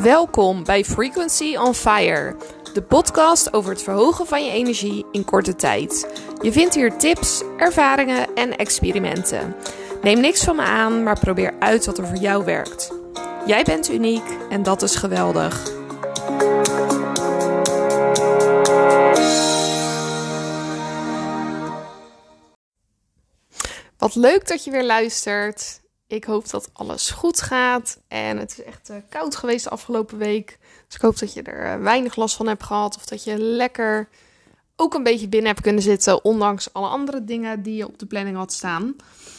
Welkom bij Frequency on Fire, de podcast over het verhogen van je energie in korte tijd. Je vindt hier tips, ervaringen en experimenten. Neem niks van me aan, maar probeer uit wat er voor jou werkt. Jij bent uniek en dat is geweldig. Wat leuk dat je weer luistert. Ik hoop dat alles goed gaat. En het is echt koud geweest de afgelopen week. Dus ik hoop dat je er weinig last van hebt gehad. Of dat je lekker ook een beetje binnen hebt kunnen zitten. Ondanks alle andere dingen die je op de planning had staan.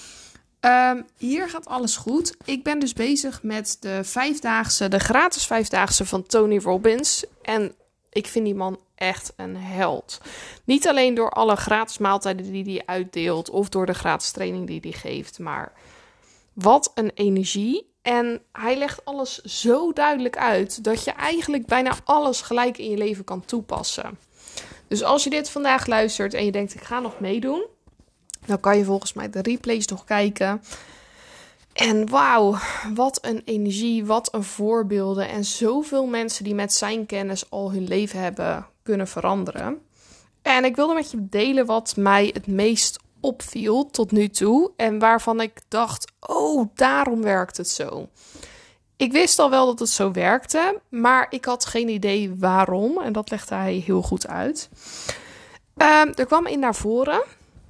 Hier gaat alles goed. Ik ben dus bezig met de gratis 5-daagse van Tony Robbins. En ik vind die man echt een held. Niet alleen door alle gratis maaltijden die hij uitdeelt. Of door de gratis training die hij geeft. Maar wat een energie. En hij legt alles zo duidelijk uit dat je eigenlijk bijna alles gelijk in je leven kan toepassen. Dus als je dit vandaag luistert en je denkt ik ga nog meedoen, dan kan je volgens mij de replays nog kijken. En wauw, wat een energie, wat een voorbeelden. En zoveel mensen die met zijn kennis al hun leven hebben kunnen veranderen. En ik wilde met je delen wat mij het meest opviel tot nu toe. En waarvan ik dacht, oh, daarom werkt het zo. Ik wist al wel dat het zo werkte, maar ik had geen idee waarom. En dat legde hij heel goed uit. Er kwam in naar voren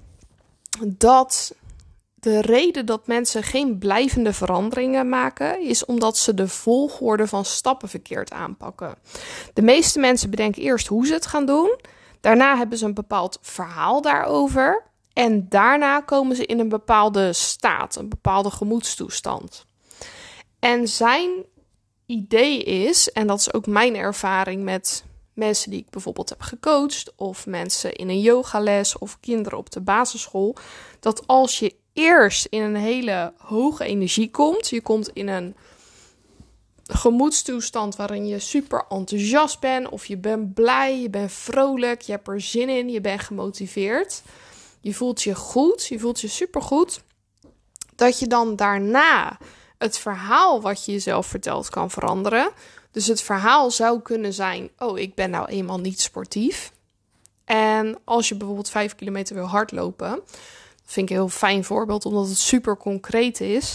dat de reden dat mensen geen blijvende veranderingen maken is omdat ze de volgorde van stappen verkeerd aanpakken. De meeste mensen bedenken eerst hoe ze het gaan doen. Daarna hebben ze een bepaald verhaal daarover. En daarna komen ze in een bepaalde staat, een bepaalde gemoedstoestand. En zijn idee is, en dat is ook mijn ervaring met mensen die ik bijvoorbeeld heb gecoacht, of mensen in een yogales of kinderen op de basisschool, dat als je eerst in een hele hoge energie komt, je komt in een gemoedstoestand waarin je super enthousiast bent, of je bent blij, je bent vrolijk, je hebt er zin in, je bent gemotiveerd. Je voelt je goed, je voelt je supergoed. Dat je dan daarna het verhaal wat je jezelf vertelt kan veranderen. Dus het verhaal zou kunnen zijn, oh, ik ben nou eenmaal niet sportief. En als je bijvoorbeeld 5 kilometer wil hardlopen, dat vind ik een heel fijn voorbeeld, omdat het super concreet is.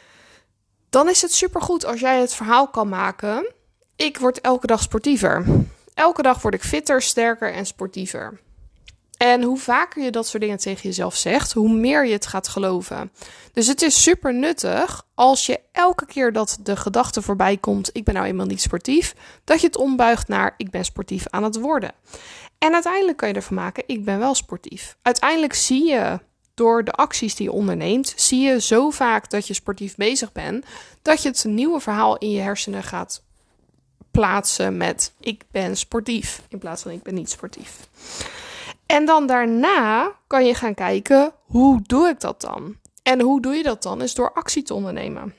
Dan is het supergoed als jij het verhaal kan maken, ik word elke dag sportiever. Elke dag word ik fitter, sterker en sportiever. En hoe vaker je dat soort dingen tegen jezelf zegt, hoe meer je het gaat geloven. Dus het is super nuttig als je elke keer dat de gedachte voorbij komt, ik ben nou eenmaal niet sportief, dat je het ombuigt naar, ik ben sportief aan het worden. En uiteindelijk kan je ervan maken, ik ben wel sportief. Uiteindelijk zie je, door de acties die je onderneemt, zie je zo vaak dat je sportief bezig bent, dat je het nieuwe verhaal in je hersenen gaat plaatsen met, ik ben sportief, in plaats van ik ben niet sportief. En dan daarna kan je gaan kijken, hoe doe ik dat dan? En hoe doe je dat dan? Is door actie te ondernemen.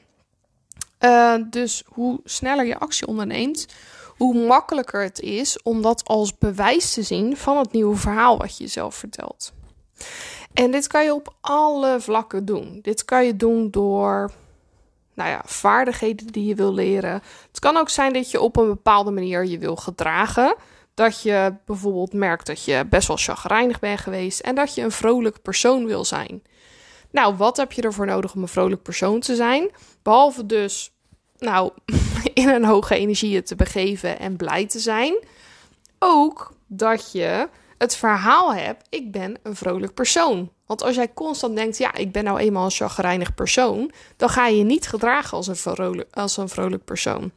Dus hoe sneller je actie onderneemt, hoe makkelijker het is om dat als bewijs te zien van het nieuwe verhaal wat je jezelf vertelt. En dit kan je op alle vlakken doen. Dit kan je doen door vaardigheden die je wil leren. Het kan ook zijn dat je op een bepaalde manier je wil gedragen. Dat je bijvoorbeeld merkt dat je best wel chagrijnig bent geweest en dat je een vrolijk persoon wil zijn. Nou, wat heb je ervoor nodig om een vrolijk persoon te zijn? Behalve dus, in een hoge energie te begeven en blij te zijn. Ook dat je het verhaal hebt, ik ben een vrolijk persoon. Want als jij constant denkt, ja, ik ben nou eenmaal een chagrijnig persoon, dan ga je je niet gedragen als een vrolijk persoon.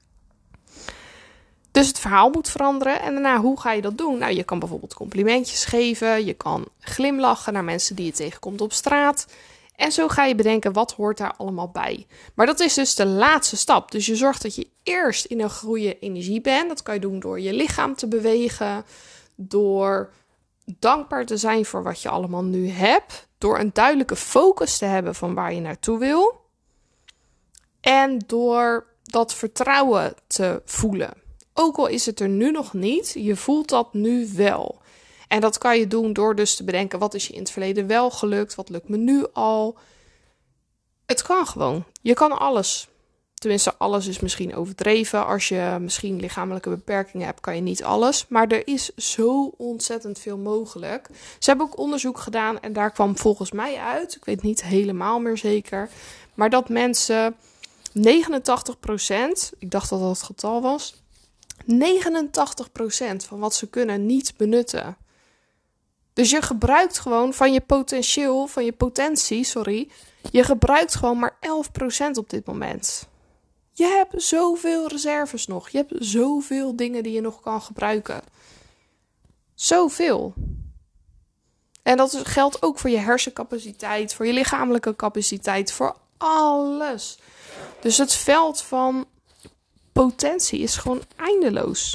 Dus het verhaal moet veranderen. En daarna, hoe ga je dat doen? Nou, je kan bijvoorbeeld complimentjes geven. Je kan glimlachen naar mensen die je tegenkomt op straat. En zo ga je bedenken, wat hoort daar allemaal bij? Maar dat is dus de laatste stap. Dus je zorgt dat je eerst in een goede energie bent. Dat kan je doen door je lichaam te bewegen. Door dankbaar te zijn voor wat je allemaal nu hebt. Door een duidelijke focus te hebben van waar je naartoe wil. En door dat vertrouwen te voelen. Ook al is het er nu nog niet, je voelt dat nu wel. En dat kan je doen door dus te bedenken, wat is je in het verleden wel gelukt? Wat lukt me nu al? Het kan gewoon. Je kan alles. Tenminste, alles is misschien overdreven. Als je misschien lichamelijke beperkingen hebt, kan je niet alles. Maar er is zo ontzettend veel mogelijk. Ze hebben ook onderzoek gedaan en daar kwam volgens mij uit, ik weet niet helemaal meer zeker, maar dat mensen 89%, ik dacht dat dat het getal was, 89% van wat ze kunnen niet benutten. Dus je gebruikt gewoon van je potentie, je gebruikt gewoon maar 11% op dit moment. Je hebt zoveel reserves nog. Je hebt zoveel dingen die je nog kan gebruiken. Zoveel. En dat geldt ook voor je hersencapaciteit, voor je lichamelijke capaciteit, voor alles. Dus het veld van potentie is gewoon eindeloos.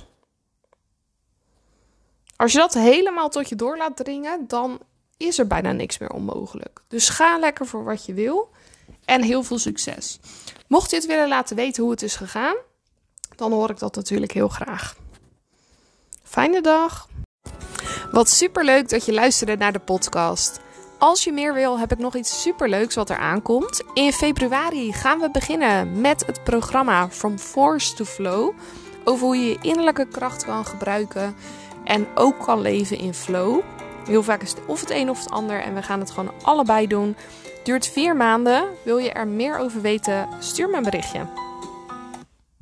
Als je dat helemaal tot je door laat dringen, dan is er bijna niks meer onmogelijk. Dus ga lekker voor wat je wil en heel veel succes. Mocht je het willen laten weten hoe het is gegaan, dan hoor ik dat natuurlijk heel graag. Fijne dag! Wat superleuk dat je luisterde naar de podcast. Als je meer wil, heb ik nog iets superleuks wat er aankomt. In februari gaan we beginnen met het programma From Force to Flow. Over hoe je je innerlijke kracht kan gebruiken en ook kan leven in flow. Heel vaak is het of het een of het ander en we gaan het gewoon allebei doen. Duurt 4 maanden. Wil je er meer over weten? Stuur me een berichtje.